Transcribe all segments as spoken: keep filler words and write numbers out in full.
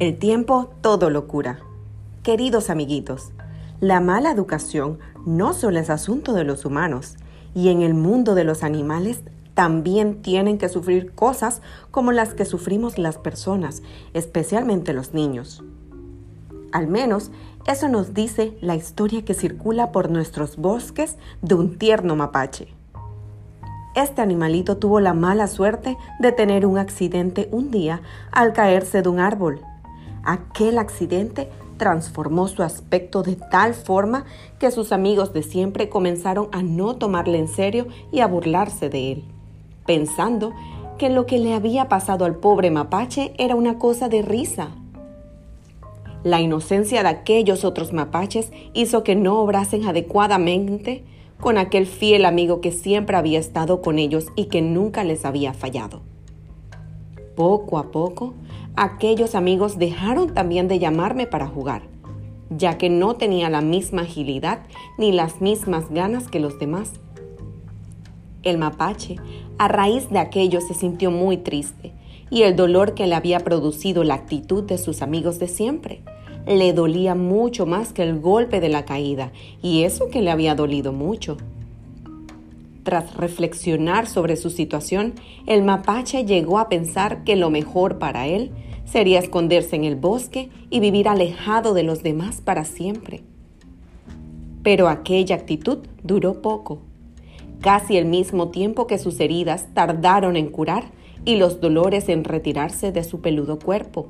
El tiempo todo lo cura. Queridos amiguitos, la mala educación no solo es asunto de los humanos, y en el mundo de los animales también tienen que sufrir cosas como las que sufrimos las personas, especialmente los niños. Al menos eso nos dice la historia que circula por nuestros bosques de un tierno mapache. Este animalito tuvo la mala suerte de tener un accidente un día al caerse de un árbol. Aquel accidente transformó su aspecto de tal forma que sus amigos de siempre comenzaron a no tomarle en serio y a burlarse de él, pensando que lo que le había pasado al pobre mapache era una cosa de risa. La inocencia de aquellos otros mapaches hizo que no obrasen adecuadamente con aquel fiel amigo que siempre había estado con ellos y que nunca les había fallado. Poco a poco, aquellos amigos dejaron también de llamarme para jugar, ya que no tenía la misma agilidad ni las mismas ganas que los demás. El mapache, a raíz de aquello, se sintió muy triste, y el dolor que le había producido la actitud de sus amigos de siempre le dolía mucho más que el golpe de la caída, y eso que le había dolido mucho. Tras reflexionar sobre su situación, el mapache llegó a pensar que lo mejor para él sería esconderse en el bosque y vivir alejado de los demás para siempre. Pero aquella actitud duró poco, casi el mismo tiempo que sus heridas tardaron en curar y los dolores en retirarse de su peludo cuerpo.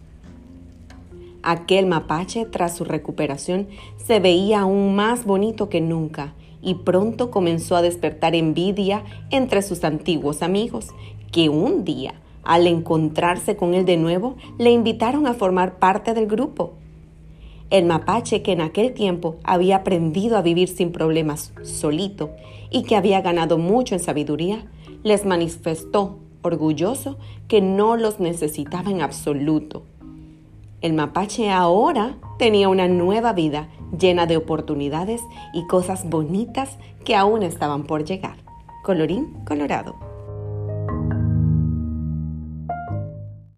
Aquel mapache, tras su recuperación, se veía aún más bonito que nunca y pronto comenzó a despertar envidia entre sus antiguos amigos, que un día, al encontrarse con él de nuevo, le invitaron a formar parte del grupo. El mapache, que en aquel tiempo había aprendido a vivir sin problemas solito y que había ganado mucho en sabiduría, les manifestó, orgulloso, que no los necesitaba en absoluto. El mapache ahora tenía una nueva vida llena de oportunidades y cosas bonitas que aún estaban por llegar. Colorín colorado.